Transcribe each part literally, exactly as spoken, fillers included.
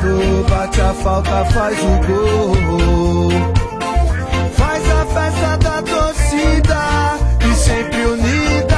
entrou, bate a falta, faz o gol. Faz a festa da torcida e sempre unida.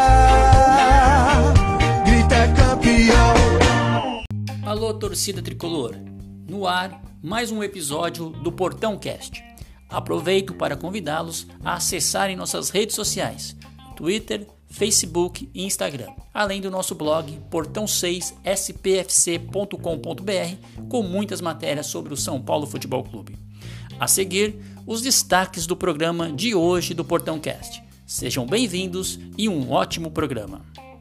Grita é campeão. Alô, torcida tricolor. No ar, mais um episódio do Portão Cast. Aproveito para convidá-los a acessarem nossas redes sociais, Twitter, Facebook e Instagram, além do nosso blog portão seis s p f c ponto com ponto b r, com muitas matérias sobre o São Paulo Futebol Clube. A seguir, os destaques do programa de hoje do Portão Cast. Sejam bem-vindos e um ótimo programa.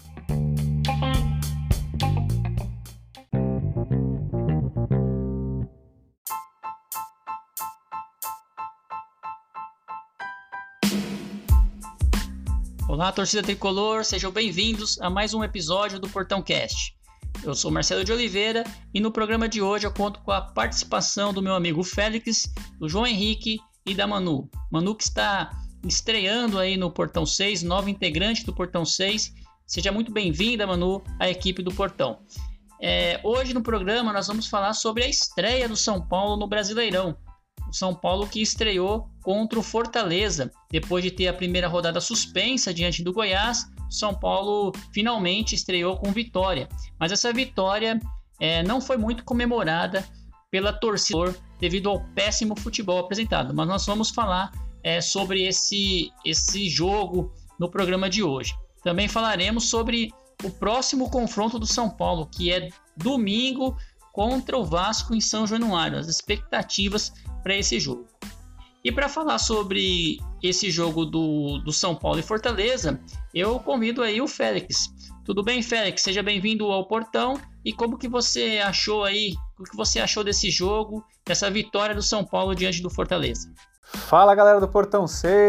Olá, torcida tricolor, sejam bem-vindos a mais um episódio do Portão Cast. Eu sou Marcelo de Oliveira e no programa de hoje eu conto com a participação do meu amigo Félix, do João Henrique e da Manu. Manu que está estreando aí no Portão seis, nova integrante do Portão seis. Seja muito bem-vinda, Manu, à equipe do Portão. É, hoje no programa nós vamos falar sobre a estreia do São Paulo no Brasileirão. O São Paulo que estreou contra o Fortaleza. Depois de ter a primeira rodada suspensa diante do Goiás, o São Paulo finalmente estreou com vitória. Mas essa vitória é, não foi muito comemorada pela torcida devido ao péssimo futebol apresentado. Mas nós vamos falar é, sobre esse, esse jogo no programa de hoje. Também falaremos sobre o próximo confronto do São Paulo, que é domingo contra o Vasco em São Januário. As expectativas para esse jogo. E para falar sobre esse jogo do, do São Paulo e Fortaleza, eu convido aí o Félix. Tudo bem, Félix? Seja bem-vindo ao Portão. E como que você achou aí, o que você achou desse jogo, dessa vitória do São Paulo diante do Fortaleza? Fala, galera do Portão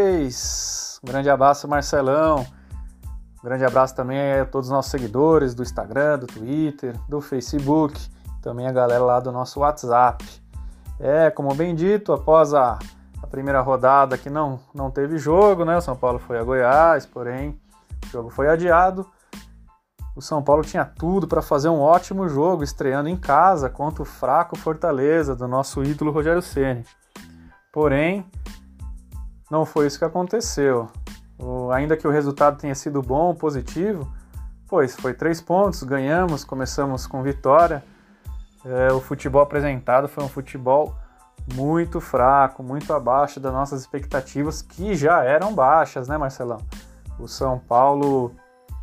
seis. Um grande abraço, Marcelão. Um grande abraço também a todos os nossos seguidores do Instagram, do Twitter, do Facebook, também a galera lá do nosso WhatsApp. É, como bem dito, após a, a primeira rodada que não, não teve jogo, né? O São Paulo foi a Goiás, porém o jogo foi adiado. O São Paulo tinha tudo para fazer um ótimo jogo, estreando em casa contra o fraco Fortaleza, do nosso ídolo Rogério Ceni. Porém, não foi isso que aconteceu. O, ainda que o resultado tenha sido bom, positivo, pois foi três pontos, ganhamos, começamos com vitória. É, o futebol apresentado foi um futebol muito fraco, muito abaixo das nossas expectativas, que já eram baixas, né, Marcelão? O São Paulo,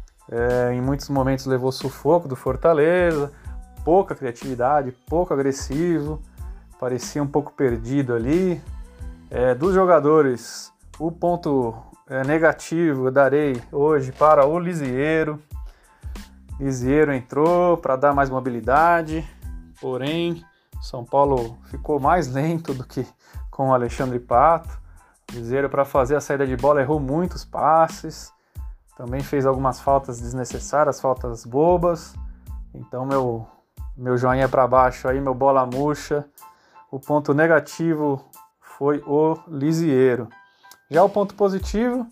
é, em muitos momentos, levou sufoco do Fortaleza, pouca criatividade, pouco agressivo, parecia um pouco perdido ali. É, dos jogadores, o ponto é, negativo eu darei hoje para o Lisieiro. Lisieiro entrou para dar mais mobilidade. Porém, São Paulo ficou mais lento do que com o Alexandre Pato. O Lisieiro, para fazer a saída de bola, errou muitos passes. Também fez algumas faltas desnecessárias, faltas bobas. Então, meu, meu joinha para baixo aí, meu bola murcha. O ponto negativo foi o Lisieiro. Já o ponto positivo,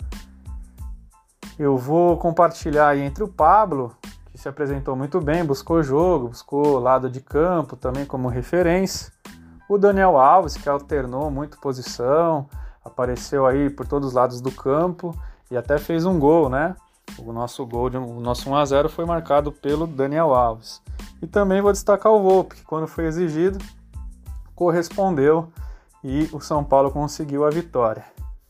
eu vou compartilhar aí entre o Pablo, que se apresentou muito bem, buscou jogo, buscou lado de campo também como referência. O Daniel Alves, que alternou muito posição, apareceu aí por todos os lados do campo e até fez um gol, né? O nosso gol, o nosso um a zero foi marcado pelo Daniel Alves. E também vou destacar o Volpi, que quando foi exigido, correspondeu e o São Paulo conseguiu a vitória.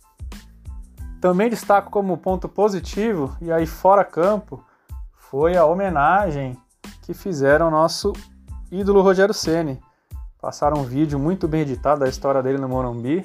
Também destaco como ponto positivo, e aí fora campo, foi a homenagem que fizeram ao nosso ídolo Rogério Ceni. Passaram um vídeo muito bem editado da história dele no Morumbi.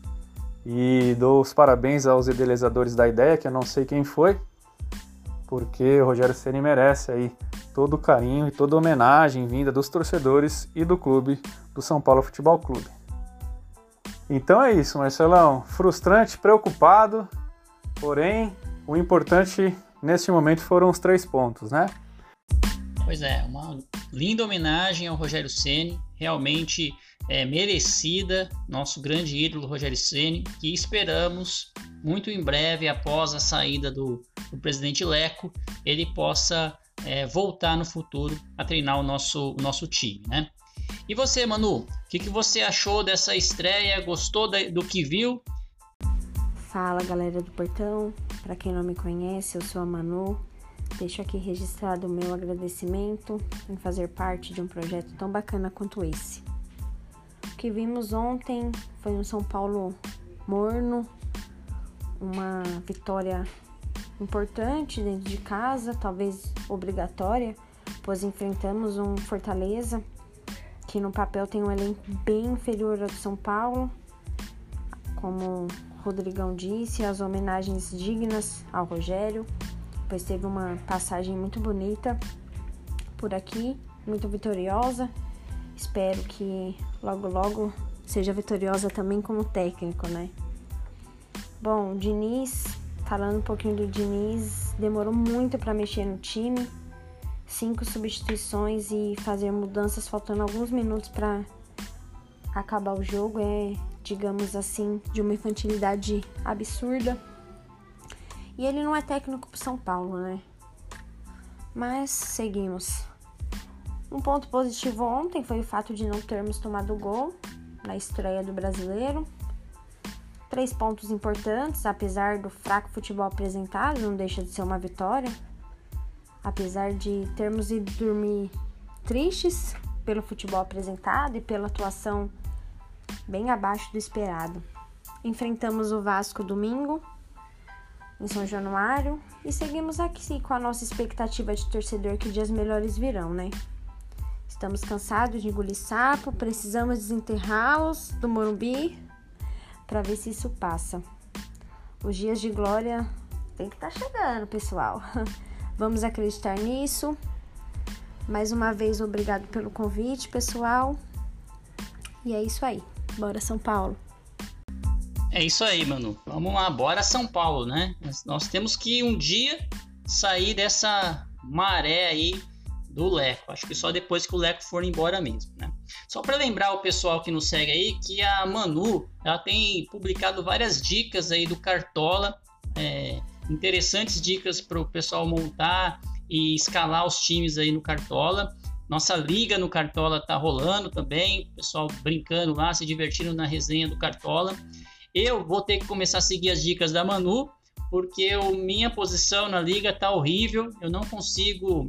E dou os parabéns aos idealizadores da ideia, que eu não sei quem foi, porque o Rogério Ceni merece aí todo o carinho e toda a homenagem vinda dos torcedores e do clube do São Paulo Futebol Clube. Então é isso, Marcelão. Frustrante, preocupado, porém o importante neste momento foram os três pontos, né? Pois é, uma linda homenagem ao Rogério Ceni, realmente é, merecida, nosso grande ídolo Rogério Ceni, que esperamos muito em breve, após a saída do, do presidente Leco, ele possa é, voltar no futuro a treinar o nosso, o nosso time, né? E você, Manu, o que, que você achou dessa estreia? Gostou do que viu? Fala, galera do Portão. Para quem não me conhece, eu sou a Manu. Deixo aqui registrado o meu agradecimento em fazer parte de um projeto tão bacana quanto esse. O que vimos ontem foi um São Paulo morno, uma vitória importante dentro de casa, talvez obrigatória, pois enfrentamos um Fortaleza que no papel tem um elenco bem inferior ao de São Paulo. Como o Rodrigão disse, as homenagens dignas ao Rogério, pois teve uma passagem muito bonita por aqui, muito vitoriosa. Espero que logo logo seja vitoriosa também como técnico, né? Bom, o Diniz, falando um pouquinho do Diniz, demorou muito para mexer no time. Cinco substituições e fazer mudanças faltando alguns minutos para acabar o jogo é, digamos assim, de uma infantilidade absurda. E ele não é técnico pro São Paulo, né? Mas seguimos. Um ponto positivo ontem foi o fato de não termos tomado gol na estreia do Brasileiro. Três pontos importantes, apesar do fraco futebol apresentado, não deixa de ser uma vitória. Apesar de termos ido dormir tristes pelo futebol apresentado e pela atuação bem abaixo do esperado. Enfrentamos o Vasco domingo, em São Januário, e seguimos aqui com a nossa expectativa de torcedor que dias melhores virão, né? Estamos cansados de engolir sapo, precisamos desenterrá-los do Morumbi para ver se isso passa. Os dias de glória tem que estar chegando, pessoal. Vamos acreditar nisso. Mais uma vez, obrigado pelo convite, pessoal. E é isso aí. Bora, São Paulo. É isso aí, Manu. Vamos lá, bora São Paulo, né? Nós temos que um dia sair dessa maré aí do Leco. Acho que só depois que o Leco for embora mesmo, né? Só para lembrar o pessoal que nos segue aí que a Manu, ela tem publicado várias dicas aí do Cartola, é, interessantes dicas para o pessoal montar e escalar os times aí no Cartola. Nossa liga no Cartola tá rolando também, o pessoal brincando lá, se divertindo na resenha do Cartola. Eu vou ter que começar a seguir as dicas da Manu, porque eu, minha posição na liga tá horrível, eu não consigo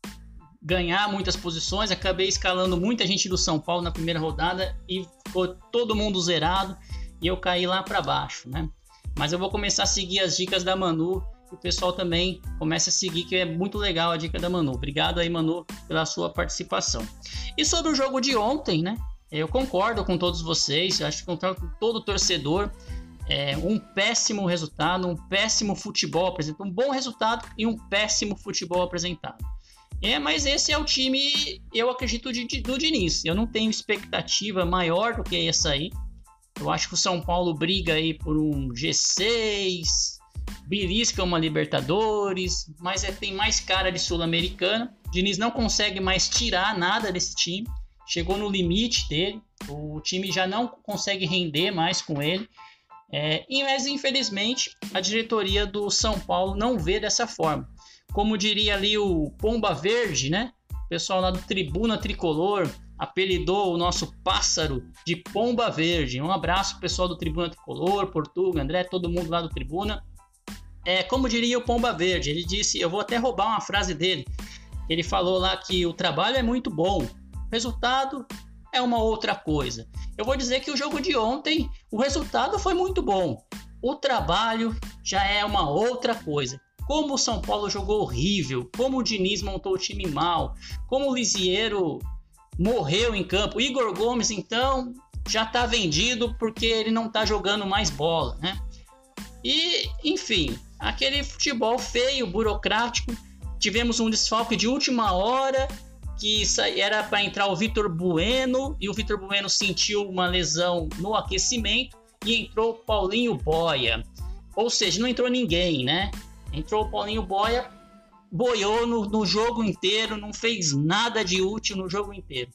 ganhar muitas posições, acabei escalando muita gente do São Paulo na primeira rodada e ficou todo mundo zerado e eu caí lá para baixo, né? Mas eu vou começar a seguir as dicas da Manu e o pessoal também começa a seguir, que é muito legal a dica da Manu. Obrigado aí, Manu, pela sua participação. E sobre o jogo de ontem, né? Eu concordo com todos vocês, eu acho que concordo com todo torcedor. É um péssimo resultado, um péssimo futebol apresentado, um bom resultado e um péssimo futebol apresentado. É, mas esse é o time, eu acredito, de, de, do Diniz. Eu não tenho expectativa maior do que essa aí. Eu acho que o São Paulo briga aí por um G seis, belisca uma Libertadores, mas é, tem mais cara de Sul-Americana. O Diniz não consegue mais tirar nada desse time. Chegou no limite dele. O time já não consegue render mais com ele. É, mas, infelizmente, a diretoria do São Paulo não vê dessa forma. Como diria ali o Pomba Verde, né? O pessoal lá do Tribuna Tricolor apelidou o nosso pássaro de Pomba Verde. Um abraço pro pessoal do Tribuna Tricolor, Portuga, André, todo mundo lá do Tribuna. É, como diria o Pomba Verde, ele disse, eu vou até roubar uma frase dele. Ele falou lá que o trabalho é muito bom, o resultado é uma outra coisa. Eu vou dizer que o jogo de ontem, o resultado foi muito bom. O trabalho já é uma outra coisa. Como o São Paulo jogou horrível, como o Diniz montou o time mal, como o Lisieiro morreu em campo. O Igor Gomes, então, já está vendido porque ele não está jogando mais bola, né? E, enfim, aquele futebol feio, burocrático. Tivemos um desfalque de última hora, que era para entrar o Vitor Bueno, e o Vitor Bueno sentiu uma lesão no aquecimento e entrou o Paulinho Boia. Ou seja, não entrou ninguém, né? Entrou o Paulinho Boia, boiou no, no jogo inteiro, não fez nada de útil no jogo inteiro.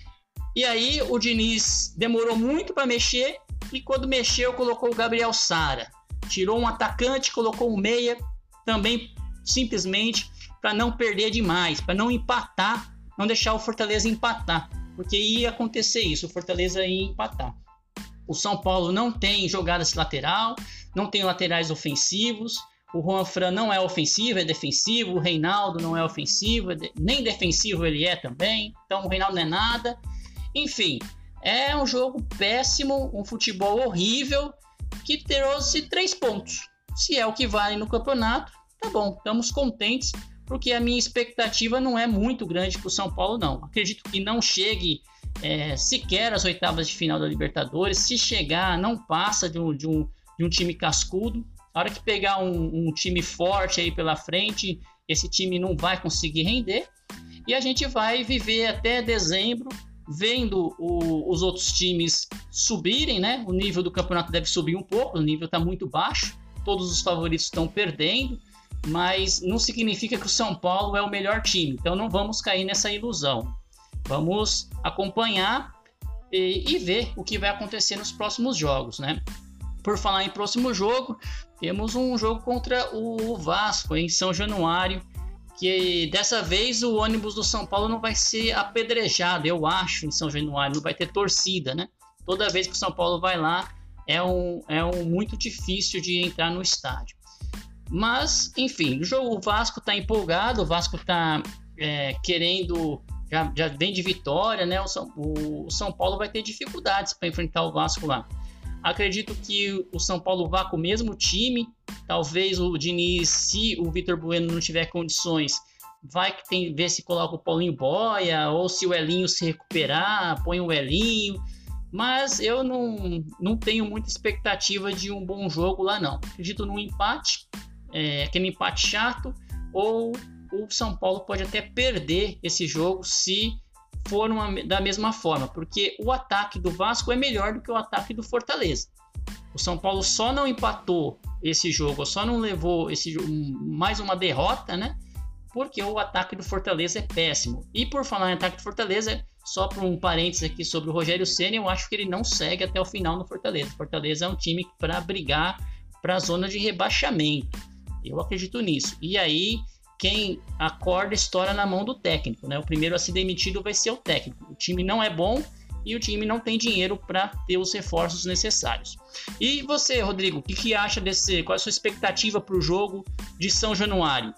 E aí o Diniz demorou muito para mexer, e quando mexeu colocou o Gabriel Sara. Tirou um atacante, colocou um meia, também simplesmente para não perder demais, para não empatar, não deixar o Fortaleza empatar. porque ia acontecer isso, o Fortaleza ia empatar. O São Paulo não tem jogadas lateral, não tem laterais ofensivos, o Juan Fran não é ofensivo, é defensivo, o Reinaldo não é ofensivo, é de... nem defensivo ele é também, então o Reinaldo não é nada. Enfim, é um jogo péssimo, um futebol horrível, que trouxe três pontos. Se é o que vale no campeonato, tá bom, estamos contentes, porque a minha expectativa não é muito grande para o São Paulo, não. Acredito que não chegue é, sequer às oitavas de final da Libertadores. Se chegar, não passa de um, de um, de um time cascudo. A hora que pegar um, um time forte aí pela frente, esse time não vai conseguir render. E a gente vai viver até dezembro, vendo o, os outros times subirem, né? O nível do campeonato deve subir um pouco, o nível está muito baixo. Todos os favoritos estão perdendo, mas não significa que o São Paulo é o melhor time. Então não vamos cair nessa ilusão. Vamos acompanhar e, e ver o que vai acontecer nos próximos jogos, né? Por falar em próximo jogo, temos um jogo contra o Vasco em São Januário, que dessa vez o ônibus do São Paulo não vai ser apedrejado, eu acho, em São Januário, não vai ter torcida, né? Toda vez que o São Paulo vai lá, é um, é um muito difícil de entrar no estádio. Mas, enfim, o jogo, o Vasco está empolgado, o Vasco está é, querendo, já, já vem de vitória, né? O São, o, o São Paulo vai ter dificuldades para enfrentar o Vasco lá. Acredito que o São Paulo vá com o mesmo time, talvez o Diniz, se o Vitor Bueno não tiver condições, vai que tem, ver se coloca o Paulinho Boia, ou se o Elinho se recuperar, põe o Elinho, mas eu não, não tenho muita expectativa de um bom jogo lá não. Acredito num empate, é, aquele empate chato, ou o São Paulo pode até perder esse jogo se for uma, da mesma forma, porque o ataque do Vasco é melhor do que o ataque do Fortaleza. O São Paulo só não empatou esse jogo, só não levou esse jogo, mais uma derrota, né? Porque o ataque do Fortaleza é péssimo. E por falar em ataque do Fortaleza, só para um parênteses aqui sobre o Rogério Ceni, eu acho que ele não segue até o final no Fortaleza. O Fortaleza é um time para brigar para a zona de rebaixamento. Eu acredito nisso. E aí, quem acorda estoura na mão do técnico, né? O primeiro a ser demitido vai ser o técnico. O time não é bom e o time não tem dinheiro para ter os reforços necessários. E você, Rodrigo, o que, que acha desse? Qual é a sua expectativa para o jogo de São Januário?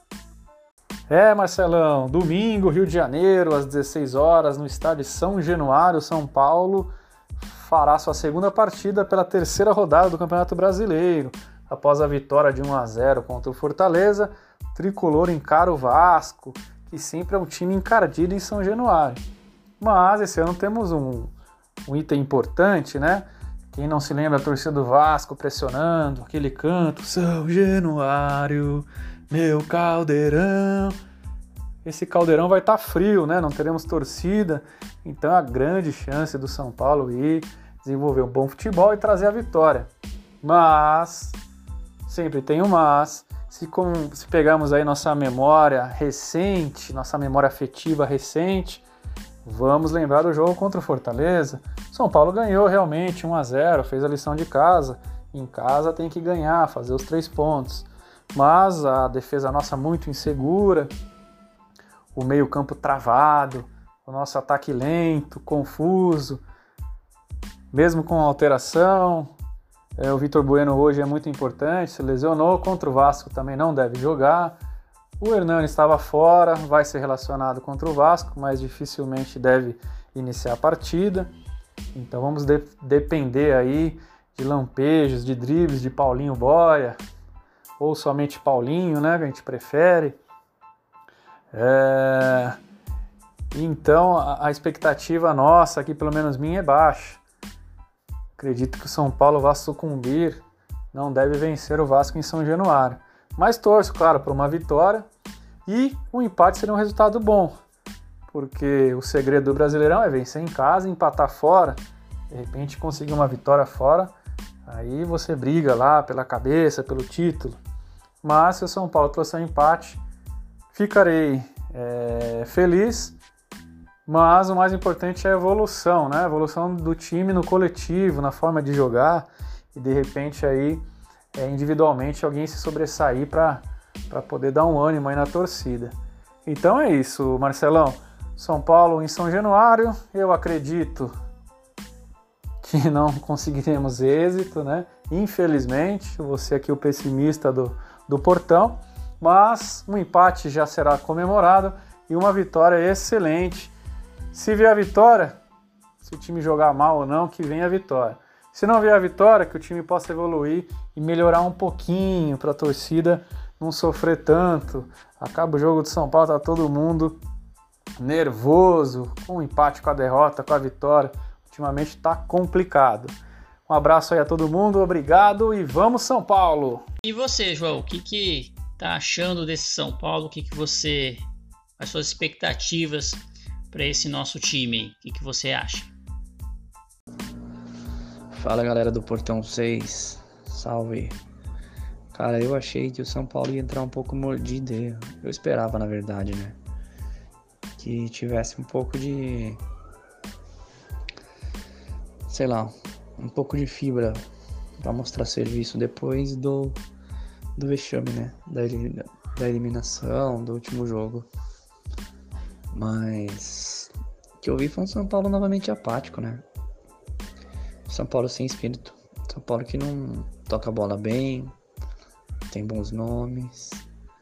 É, Marcelão, domingo, Rio de Janeiro, às dezesseis horas, no estádio São Januário, São Paulo, fará sua segunda partida pela terceira rodada do Campeonato Brasileiro. Após a vitória de um a zero contra o Fortaleza, o tricolor encara o Vasco, que sempre é um time encardido em São Januário. Mas esse ano temos um, um item importante, né? Quem não se lembra, a torcida do Vasco pressionando, aquele canto, São Januário, meu caldeirão. Esse caldeirão vai estar frio, né? Não teremos torcida, então a grande chance do São Paulo ir desenvolver um bom futebol e trazer a vitória. Mas, sempre tem um mas, se, com, se pegarmos aí nossa memória recente, nossa memória afetiva recente, vamos lembrar do jogo contra o Fortaleza. São Paulo ganhou realmente um a zero, fez a lição de casa. Em casa tem que ganhar, fazer os três pontos. Mas a defesa nossa muito insegura, o meio-campo travado, o nosso ataque lento, confuso, mesmo com alteração. É, o Vitor Bueno hoje é muito importante, se lesionou, contra o Vasco também não deve jogar. O Hernani estava fora, vai ser relacionado contra o Vasco, mas dificilmente deve iniciar a partida. Então vamos de- depender aí de lampejos, de dribles de Paulinho Boia, ou somente Paulinho, né, que a gente prefere. É... Então a, a expectativa nossa aqui, pelo menos minha, é baixa. Acredito que o São Paulo vai sucumbir, não deve vencer o Vasco em São Januário. Mas torço, claro, por uma vitória, e um empate seria um resultado bom, porque o segredo do Brasileirão é vencer em casa, empatar fora, de repente conseguir uma vitória fora, aí você briga lá pela cabeça, pelo título. Mas se o São Paulo trouxer um empate, ficarei é, feliz, mas o mais importante é a evolução, né? A evolução do time no coletivo, na forma de jogar, e de repente aí é, individualmente alguém se sobressair para para poder dar um ânimo aí na torcida. Então é isso, Marcelão. São Paulo em São Januário. Eu acredito que não conseguiremos êxito, né? Infelizmente, eu vou ser aqui o pessimista do, do Portão, mas um empate já será comemorado e uma vitória excelente. Se vier a vitória, se o time jogar mal ou não, que venha a vitória. Se não vier a vitória, que o time possa evoluir e melhorar um pouquinho para a torcida não sofrer tanto. Acaba o jogo de São Paulo, tá todo mundo nervoso, com o empate, com a derrota, com a vitória. Ultimamente tá complicado. Um abraço aí a todo mundo, obrigado e vamos São Paulo! E você, João, o que que tá achando desse São Paulo? O que que você, as suas expectativas para esse nosso time? O que que você acha? Fala, galera do Portão seis, salve. Cara, eu achei que o São Paulo ia entrar um pouco mordido. Eu esperava, na verdade, né? Que tivesse um pouco de... sei lá, um pouco de fibra pra mostrar serviço depois do, do vexame, né? Da, da eliminação, do último jogo. Mas o que eu vi foi um São Paulo novamente apático, né? São Paulo sem espírito. São Paulo que não toca a bola bem, tem bons nomes,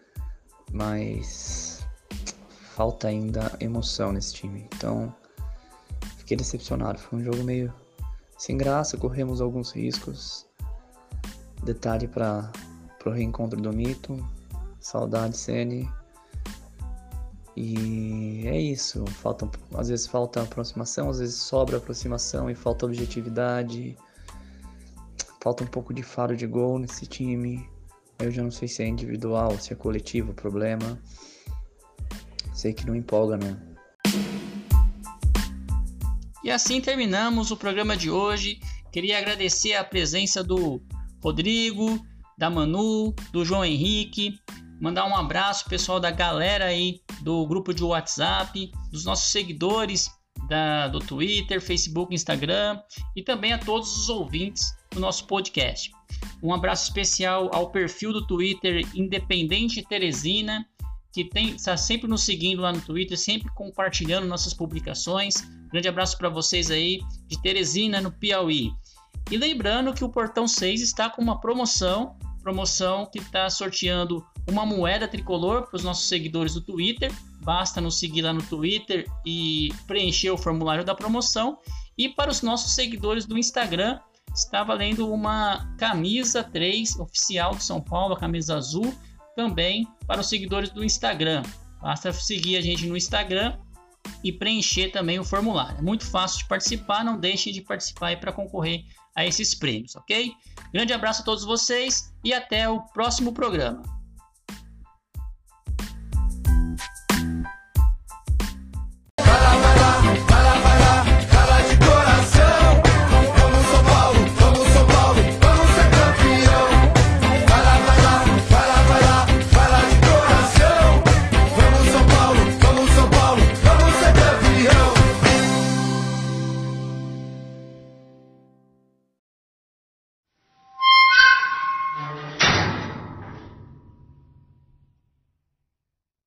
mas falta ainda emoção nesse time. Então, fiquei decepcionado. Foi um jogo meio sem graça, corremos alguns riscos. Detalhe para o reencontro do Mito. Saudade, Ceni. E é isso. Falta, às vezes falta aproximação, às vezes sobra aproximação e falta objetividade. Falta um pouco de faro de gol nesse time. Eu já não sei se é individual, se é coletivo o problema. Sei que não empolga, né? E assim terminamos o programa de hoje. Queria agradecer a presença do Rodrigo, da Manu, do João Henrique. Mandar um abraço pessoal da galera aí do grupo de WhatsApp, dos nossos seguidores da, do Twitter, Facebook, Instagram e também a todos os ouvintes do nosso podcast. Um abraço especial ao perfil do Twitter Independente Teresina, que tem, está sempre nos seguindo lá no Twitter, sempre compartilhando nossas publicações. Grande abraço para vocês aí de Teresina, no Piauí. E lembrando que o Portão seis está com uma promoção, promoção que está sorteando uma moeda tricolor para os nossos seguidores do Twitter. Basta nos seguir lá no Twitter e preencher o formulário da promoção. E para os nossos seguidores do Instagram, está valendo uma camisa três oficial do São Paulo, a camisa azul, também para os seguidores do Instagram. Basta seguir a gente no Instagram e preencher também o formulário. É muito fácil de participar, não deixem de participar aí para concorrer a esses prêmios, ok? Grande abraço a todos vocês e até o próximo programa.